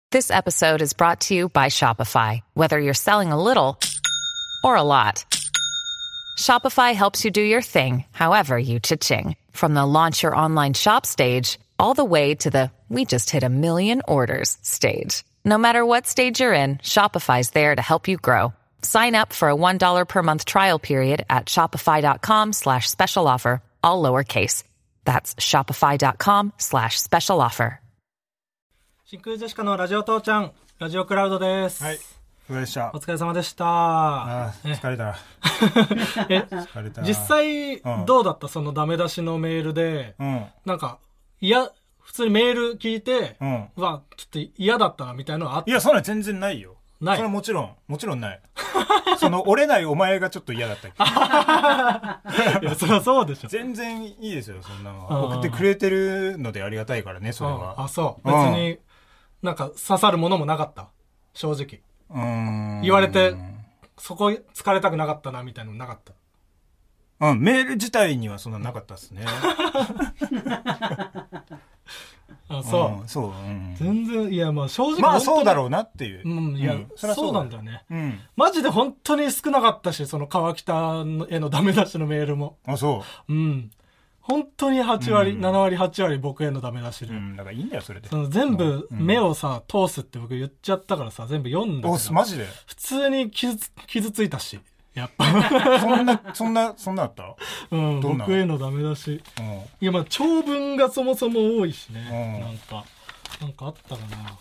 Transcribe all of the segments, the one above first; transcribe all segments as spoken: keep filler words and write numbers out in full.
This episode is brought to you by Shopify. Whether you're selling a little or a lot, Shopify helps you do your thing, however you cha-ching. From the launch your online shop stage, all the way to the we just hit a million orders stage. No matter what stage you're in, Shopify's there to help you grow. Sign up for a one dollar per month trial period at shopify.com slash special offer, all lowercase. That's shopify.com slash special offer. 真空ジェシカのラジオ父ちゃん、ラジオクラウドです。 はい、お疲れでした。 お疲れ様でした。 あー疲れた。 え疲れた。 実際、うん、どうだったそのダメ出しのメールで、うん、なんかいや普通にメール聞いて、うん、うわちょっと嫌だったなみたいなのあった？ いやそんな全然ないよ。ない。それはもちろんもちろんない。その折れないお前がちょっと嫌だったっけ。 いやそりゃそうでしょ。 全然いいですよそんなのは。送ってくれてるのでありがたいからねそれは。 ああそう別に。うんなんか刺さるものもなかった正直うーん言われてそこ疲れたくなかったなみたいなのなかったうんメール自体にはそんななかったですねあそう、 うん、そう、うん、 全然いやまあ正直まあそうだろうなっていう、 うん、いや、うん、そ, そうなんだよね、 うん、 マジで本当に少なかったしその川北へのダメ出しのメールもあそううん本当にはち割、うん、なな割はち割僕へのダメ出しで、 うん、だからいいんだよそれでその全部目をさ、うん、通すって僕言っちゃったからさ全部読んだけどマジで普通に傷傷ついたしやっぱそんなそんなそんなあったうん僕へのダメ出し、うん、いやまあ長文がそもそも多いしね、うん、なんかなんかあったかな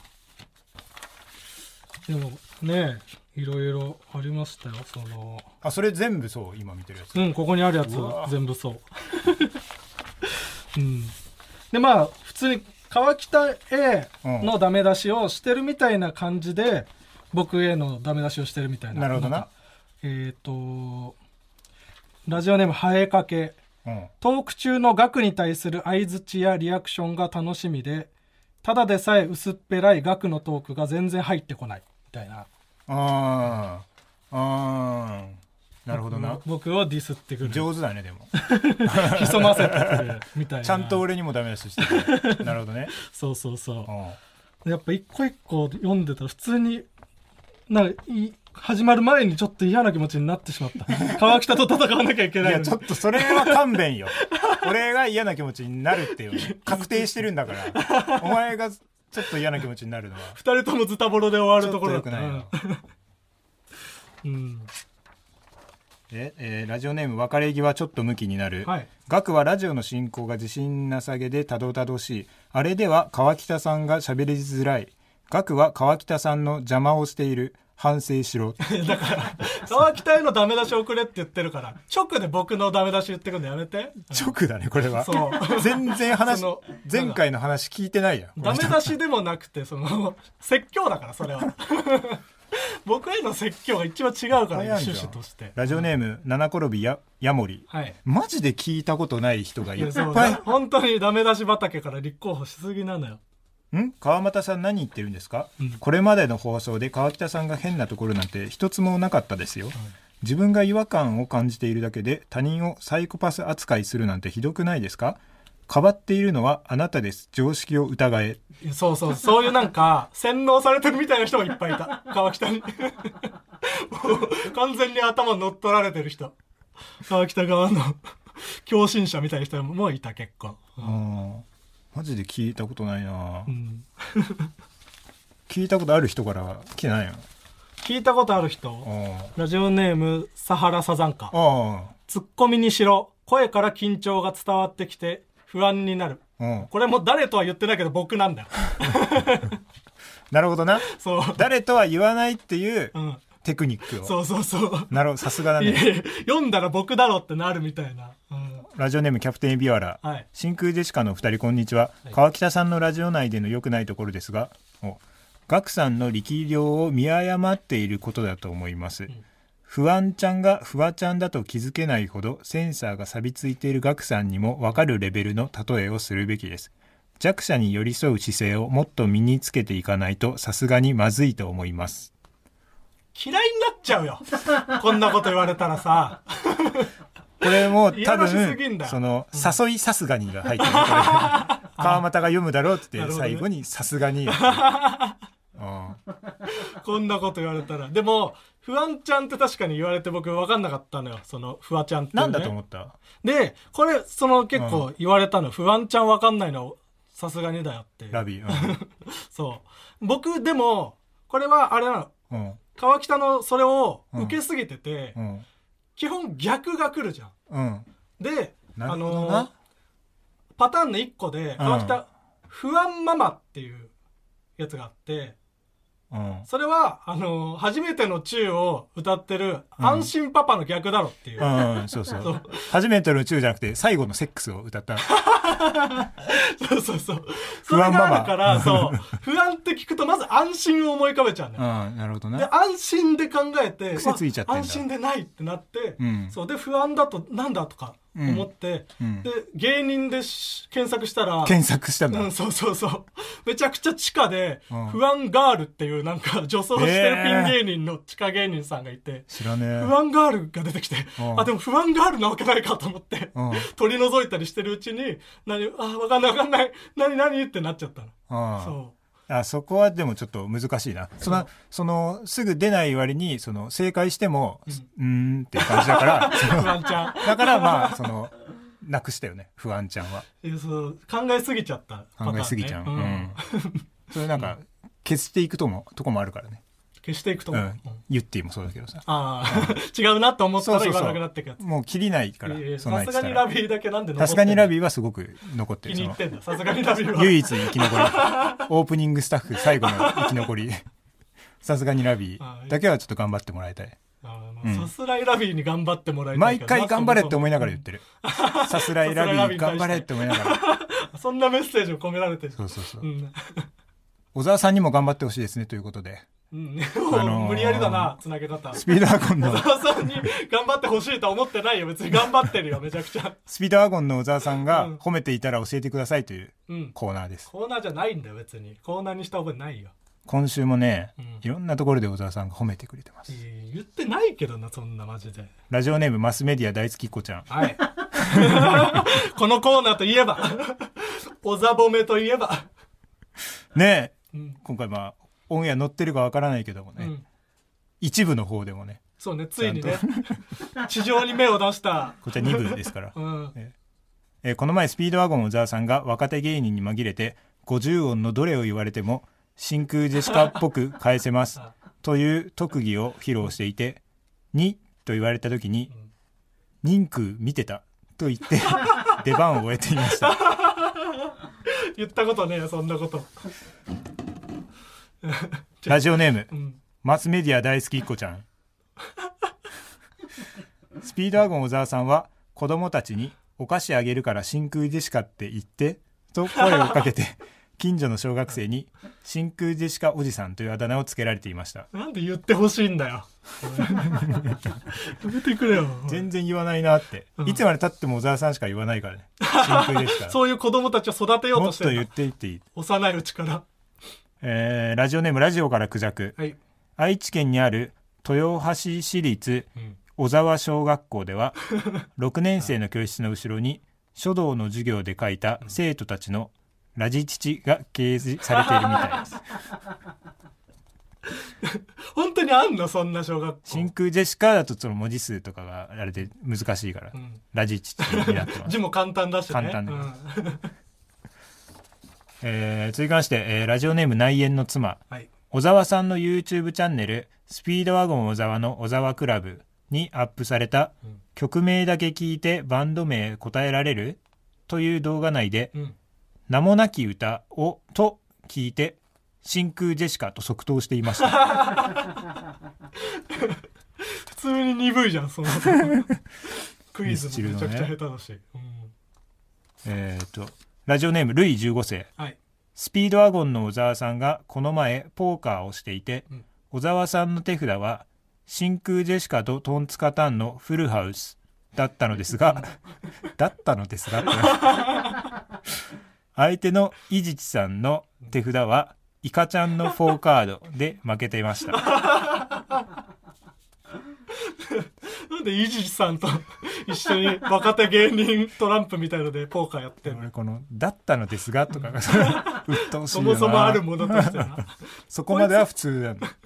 でもねいろいろありましたよそのあそれ全部そう今見てるやつうんここにあるやつ全部そううん、でまあ普通に川北へのダメ出しをしてるみたいな感じで、うん、僕へのダメ出しをしてるみたいななるほどなえっ、ー、とラジオネームハエかけ、うん、トーク中の額に対する相槌やリアクションが楽しみでただでさえ薄っぺらい額のトークが全然入ってこないみたいなあーあーなるほどな僕をディスってくる上手だねでも潜ませてくるみたいなちゃんと俺にもダメ出ししてくるなるほどねそうそうそう、やっぱ一個一個読んでたら普通になんかい始まる前にちょっと嫌な気持ちになってしまった川北と戦わなきゃいけないのにいやちょっとそれは勘弁よ俺が嫌な気持ちになるっていう確定してるんだからお前がちょっと嫌な気持ちになるのは二人ともズタボロで終わるところだったちょっと良くないようんええー、ラジオネーム別れ際ちょっと向きになる、はい、額はラジオの進行が自信なさげでたどたどしいあれでは川北さんが喋りづらい額は川北さんの邪魔をしている反省しろだから川北へのダメ出しをくれって言ってるから直で僕のダメ出し言ってくるのやめて直だねこれはそう全然話前回の話聞いてないやんダメ出しでもなくてその説教だからそれは僕への説教が一番違うから趣旨としてラジオネーム七転びやヤモリ、はい、マジで聞いたことない人がいっぱい本当にダメ出し畑から立候補しすぎなのよん川又さん何言ってるんですか、うん、これまでの放送で川北さんが変なところなんて一つもなかったですよ、はい、自分が違和感を感じているだけで他人をサイコパス扱いするなんてひどくないですか変わっているのはあなたです常識を疑えそうそうそういうなんか洗脳されてるみたいな人がいっぱいいた川北に完全に頭乗っ取られてる人川北側の狂信者みたいな人もいた結構、うん、 あマジで聞いたことないな、うん、聞いたことある人から来てないの聞いたことある人ラジオネームサハラサザンカツッコミにしろ声から緊張が伝わってきて不安になる、うん、これも誰とは言ってないけど僕なんだよなるほどなそう誰とは言わないっていうテクニックを、 うん、そうそうそうなるほどさすがだねいやいや読んだら僕だろってなるみたいな、うん、 ラジオネームキャプテンエビワラ、はい、真空ジェシカのふたりこんにちは、はい、川北さんのラジオ内での良くないところですがガクさんの力量を見誤っていることだと思います、うん不安ちゃんがフワちゃんだと気づけないほどセンサーが錆びついているガクさんにも分かるレベルの例えをするべきです。弱者に寄り添う姿勢をもっと身につけていかないとさすがにまずいと思います。 嫌いになっちゃうよこんなこと言われたらさこれも多分その誘いさすがにが入ってる、うん、川又が読むだろうって最後にさすがにうんこんなこと言われたら。でもフワンちゃんって確かに言われて僕分かんなかったのよ、そのフワちゃんって、ね、 なんだと思った？でこれその結構言われたの、うん、フワンちゃん分かんないのさすがにだよってラビー、うん、 そう僕でもこれはあれなの、うん、川北のそれを受けすぎてて、うん、基本逆が来るじゃん、うん、であのー、パターンのいっこで川北、うん、不安ママっていうやつがあって、うん、それはあのー、初めてのチューを歌ってる安心パパの逆だろっていう、 うんうん、そうそうそう初めてのチューじゃなくて最後のセックスを歌ったそうそうそう不安ママそれがあるからそう不安って聞くとまず安心を思い浮かべちゃうね、 うん、なるほどね。 で安心で考えて癖ついちゃってんだ、 安心でないってなって、うん、そうで不安だとなんだとか思って、うん、で芸人で検索したら検索したんだ、 うん、そうそうそうめちゃくちゃ地下で、うん、不安ガールっていうなんか女装してるピン芸人の地下芸人さんがいて、えー、 知らねえ不安ガールが出てきて、うん、あでも不安ガールなわけないかと思って、うん、取り除いたりしてるうちに何あ分かんない分かんない何何ってなっちゃったの、うん、そうあそこはでもちょっと難しいな。そのそのすぐ出ない割にその正解しても、うん、うーんっていう感じだから不安ちゃんだからまあそのなくしたよね不安ちゃんは。 いやそう考えすぎちゃったパターン、ね、 考えすぎちゃう、うんうん、それなんか消していくともとこもあるからね。 消していくとも、うん、 ユッティもそうだけどさあ、うん、違うなと思ったら言わなくなってくやつ。 もう切りないから。 さすがにラビーだけなんで残ってる。 さすがにラビーはすごく残ってる。 気に入ってんださすがにラビーは唯一生き残りオープニングスタッフ最後の生き残りさすがにラビーだけはちょっと頑張ってもらいたい。 さすらいラビーに頑張ってもらいたい。 毎回頑張れって思いながら言ってるさすらいラビー頑張れって思いながらそんなメッセージを込められてる。 そうそうそう、うん、小沢さんにも頑張ってほしいですねということで、 うん、あのー、無理やりだなつなげ方。 スピードワゴンの小沢さんに頑張ってほしいとは思ってないよ。別に頑張ってるよめちゃくちゃ。 スピードワゴンの小沢さんが褒めていたら教えてくださいというコーナーです、 うん、コーナーじゃないんだよ別に。コーナーにした覚えないよ。 今週もね、うん、いろんなところで小沢さんが褒めてくれてます、 えー、言ってないけどなそんなマジで。 ラジオネームマスメディア大好きっ子ちゃん、 はいこのコーナーといえば小沢褒めといえばねえ、うん、今回まあオンエア載ってるかわからないけどもね、うん、一部の方でもねそうねついにね地上に目を出したこちらに部ですから、うんねえー、この前スピードワゴン小沢さんが若手芸人に紛れてごじゅう音のどれを言われても真空ジェシカっぽく返せますという特技を披露していてにと言われた時に、うん、人空見てたと言って出番を終えていました言ったことねえよそんなことラジオネーム、うん、マスメディア大好きっ子ちゃんスピードワゴン小沢さんは子供たちにお菓子あげるから真空ジェシカって言ってと声をかけて近所の小学生に真空ジェシカおじさんというあだ名をつけられていました。 なんで言ってほしいんだよやめてくれよ。 全然言わないなって、うん、いつまで経っても小沢さんしか言わないからね真空ジェシカそういう子供たちを育てようとしてるんだ。 もっと言っていっていい。 幼いうちから、 えー、ラジオネームラジオからクジャク、はい、愛知県にある豊橋市立小沢小学校では、うん、ろくねん生の教室の後ろに書道の授業で書いた生徒たちのラジ父が掲示されているみたいです本当にあんのそんな小学校。 真空ジェシカだとその文字数とかがあれで難しいから、うん、ラジ父になってます字も簡単だしね。 簡単です、うんえー、続きまして、えー、ラジオネーム内縁の妻、はい、小沢さんの YouTube チャンネルスピードワゴン小沢の小沢クラブにアップされた、うん、曲名だけ聞いてバンド名答えられるという動画内で、うん名もなき歌をと聞いて真空ジェシカと即答していました普通に鈍いじゃんそのクイズもめちゃくちゃ下手だし、ねうん、 えーとラジオネームルイじゅうご世、はい、スピードワゴンの小沢さんがこの前ポーカーをしていて、うん、小沢さんの手札は真空ジェシカとトンツカタンのフルハウスだったのですがだったのですが相手の伊地知さんの手札はイカちゃんのフォーカードで負けていましたなんで伊地知さんと一緒に若手芸人トランプみたいのでポーカーやってんの。 俺このだったのですがとかがうっとうしいよな。 そもそもあるものとしてなそこまでは普通なんだ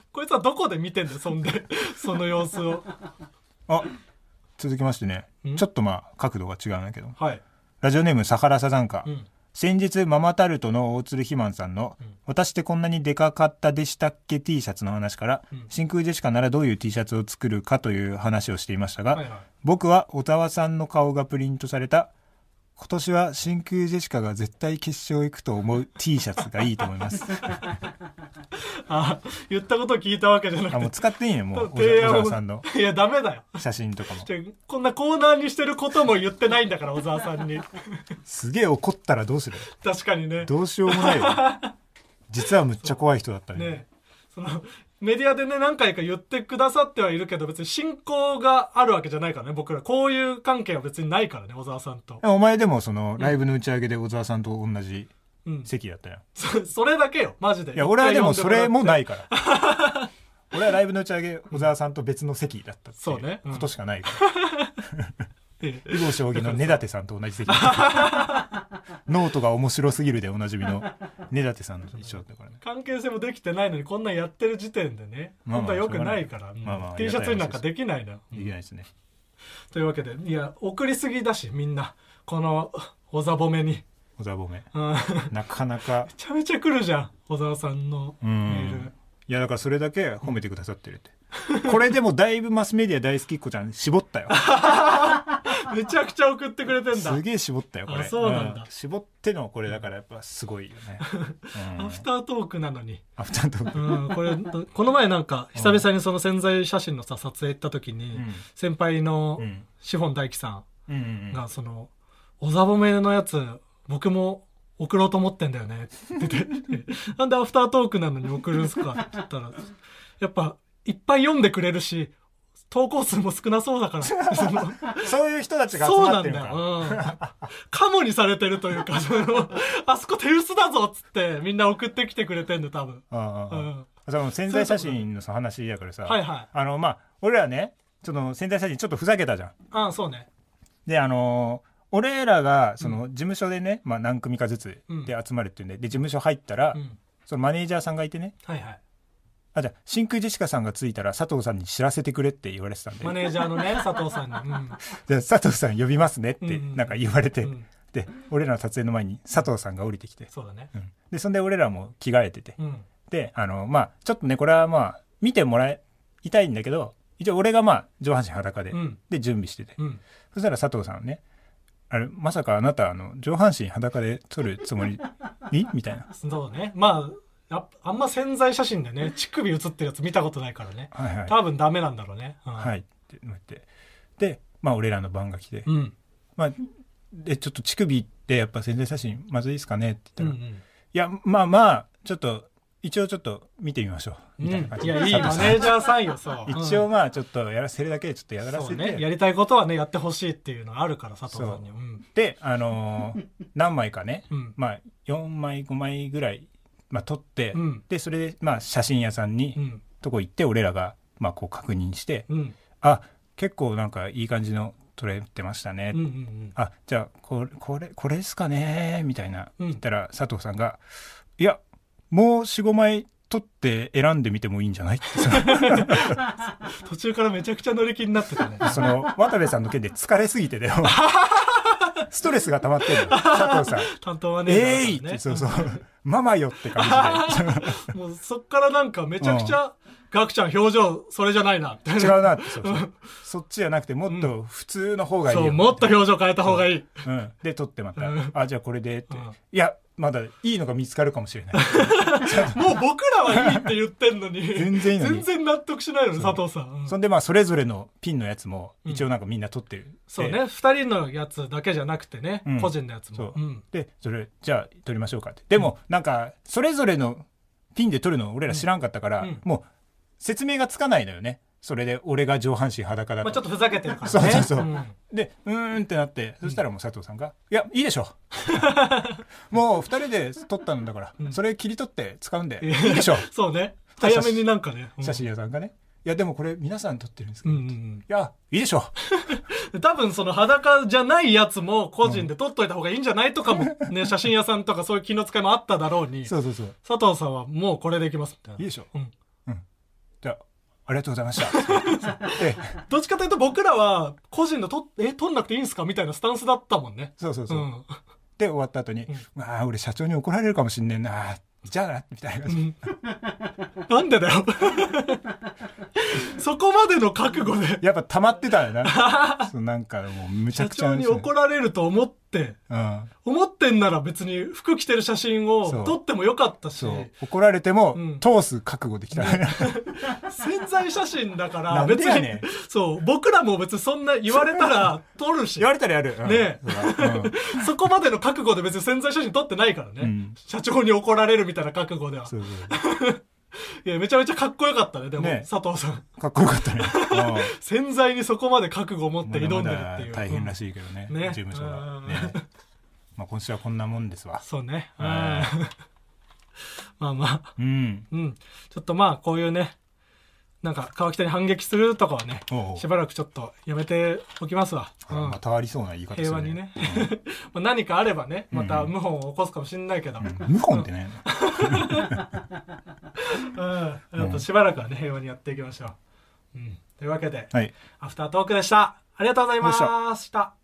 こいつはどこで見てんだよそんでその様子を。 あ、続きましてね、ちょっとまあ角度が違うんだけど、 はい、 ラジオネームサハラサザンカ、 うん、 先日ママタルトの大鶴ひまんさんの、うん、私ってこんなにでかかったでしたっけ T シャツの話から、うん、真空ジェシカならどういう T シャツを作るかという話をしていましたが、はいはい、僕は小沢さんの顔がプリントされた今年は真空ジェシカが絶対決勝行くと思う T シャツがいいと思いますあ、言ったこと聞いたわけじゃなくて、 あ、もう使っていいね、もう小沢さんのいやダメだよ写真とかもこんなコーナーにしてることも言ってないんだから小沢さんにすげえ怒ったらどうする。 確かにね、 どうしようもないよ実はむっちゃ怖い人だった ね, ねそのメディアでね何回か言ってくださってはいるけど別に親交があるわけじゃないからね、僕らこういう関係は別にないからね小沢さんと。 お前でもそのライブの打ち上げで小沢さんと同じ席だったよ、 うん、そ, それだけよマジで。 いや俺はでもそれもないから俺はライブの打ち上げ小沢さんと別の席だったっていうことしかないから囲碁将棋の根立さんと同じ席ノートが面白すぎるでおなじみの根立さんと一緒だったからね。 関係性もできてないのにこんなんやってる時点でね、まあまあ、本当は良くないから、まあまあ、T シャツになんかできないのよ。 できないですね、 というわけでいや送りすぎだしみんなこの小沢褒めに小沢褒めなかなかめちゃめちゃ来るじゃん小沢さんのメール。 いやだからそれだけ褒めてくださってるってこれでもだいぶマスメディア大好きっ子ちゃん絞ったよめちゃくちゃ送ってくれてんだ。 すげえ絞ったよこれ。 あ、そうなんだ、 うん、絞ってのこれだからやっぱすごいよね、 うん、アフタートークなのにアフタートーク、 うん、これこの前なんか久々にその宣材写真のさ撮影行った時に、うん、先輩のシフォン大樹さんがその小沢褒めのやつ僕も送ろうと思ってんだよねって言ってなんでアフタートークなのに送るんすかって言ったらやっぱいっぱい読んでくれるし投稿数も少なそうだからそのそういう人たちが集まってるのか。 そうなんだよ、うん、カモにされてるというかそのあそこ手薄だぞっつってみんな送ってきてくれてんの多分。ああ、うん、 その宣材写真の話やからさ、 はいはい、 あのまあ俺らねその宣材写真ちょっとふざけたじゃん。 ああそうね。 であのー俺らがその事務所でね、うん、まあ、何組かずつで集まるっていうんで、で事務所入ったら、うん、そのマネージャーさんがいてね、 はいはい、 あじゃあ真空ジェシカさんが着いたら佐藤さんに知らせてくれって言われてたんで、 マネージャーのね佐藤さんに、うん、 で佐藤さん呼びますねってなんか言われて、うんうん、で俺らの撮影の前に佐藤さんが降りてきて、 そうだね、 うん、でそんで俺らも着替えてて、 うん、 であのまあちょっとねこれはまあ見てもらいたいんだけど一応俺がまあ上半身裸で、うん、で準備してて、うん、そしたら佐藤さんはねあれまさかあなたあの上半身裸で撮るつもりいみたいな。 そうね、まああんま宣材写真でね乳首写ってるやつ見たことないからね、はいはい、多分ダメなんだろうね、うん、 はいって言ってでまあ俺らの番が来て、うん、まあでちょっと乳首ってやっぱ宣材写真まずいですかねって言ったら、うんうん、いやまあまあちょっと一応ちょっと見てみましょうみたいな感じで、 うん、いやいいマネージャーさんよそう一応まあちょっとやらせるだけでちょっとやらせて、 ね、やりたいことはねやってほしいっていうのがあるから佐藤さんに、うん、 であのー、何枚かね、うん、まあよんまいごまいぐらい、まあ、撮って、うん、でそれでまあ写真屋さんに、うん、とこ行って俺らがまあこう確認して、うん、あ結構なんかいい感じの撮れてましたね、うんうんうん、あじゃあこれこれこれですかねみたいな言ったら、佐藤さんがいやもう よん,ご 枚取って選んでみてもいいんじゃないって途中からめちゃくちゃ乗り気になってたねその渡部さんの件で疲れすぎてだよストレスが溜まってるの佐藤さん担当はねえーいってそうそうママよって感じでもうそっからなんかめちゃくちゃ、うん、ガクちゃん表情それじゃないな違うなってそうそうそっちじゃなくてもっと普通の方がいいよ、 そうもっと表情変えた方がいい、 うん、で撮ってまた、うん、あじゃあこれでって、うん、いやまだいいのが見つかるかもしれないもう僕らはいいって言ってんのに全然いいのに全然納得しないのね佐藤さん、 うん、そんでまあそれぞれのピンのやつも一応なんかみんな撮ってる、うん、 そうねふたりのやつだけじゃなくてね、うん、個人のやつもそう、うん、でそれじゃあ撮りましょうかってでも、うん、なんかそれぞれのピンで撮るの俺ら知らんかったから、うん、もう説明がつかないのよねそれで俺が上半身裸だと、 まあ、ちょっとふざけてるからねそうそうそう、うん、でうーんってなってそしたらもう佐藤さんが、うん、いやいいでしょもうふたりで撮ったんだから、うん、それ切り取って使うんでいいでしょそうね早めになんかね、 うん、写真屋さんがねいやでもこれ皆さん撮ってるんですけど、うんうんうん、いやいいでしょ多分その裸じゃないやつも個人で撮っといた方がいいんじゃないとかもね写真屋さんとかそういう気の使いもあっただろうにそうそうそう佐藤さんはもうこれでいきますみたいないいでしょ、うんじゃあありがとうございましたでどっちかというと僕らは個人のとえ取んなくていいんすかみたいなスタンスだったもんね。 そうそうそう、うん、で終わった後に、 うん、 ああ俺社長に怒られるかもしんねえなじゃあなみたいな、うん、 なんでだよそこまでの覚悟でやっぱ溜まってたよなそうなんかもうむちゃくちゃ、 ね、社長に怒られると思って、うん、思ってんなら別に服着てる写真を撮ってもよかったし、 怒られても通す覚悟できた、ね、 宣材写真だから別に、ね、そう僕らも別にそんな言われたら撮るし言われたらやる、 うん、ね、うん、そこまでの覚悟で別に宣材写真撮ってないからね、うん、社長に怒られるみたいな覚悟ではそうそういやめちゃめちゃかっこよかったねでも、ね、佐藤さんかっこよかったね潜在にそこまで覚悟を持って挑んでるっていう、 まだまだ大変らしいけどね、うん、ね事務所が、ね、まあ今週はこんなもんですわ。 そうね、うん、まあまあ、うんうん、ちょっとまあこういうねなんか川北に反撃するとかはねおうおうしばらくちょっとやめておきますわ、 うん、またありそうな言い方ですね平和にね、うん、まあ何かあればねまた謀反を起こすかもしれないけど、 うん、謀反ってね、 うん、やっぱしばらくはね平和にやっていきましょう、うん、というわけで、はい、アフタートークでした。ありがとうございました。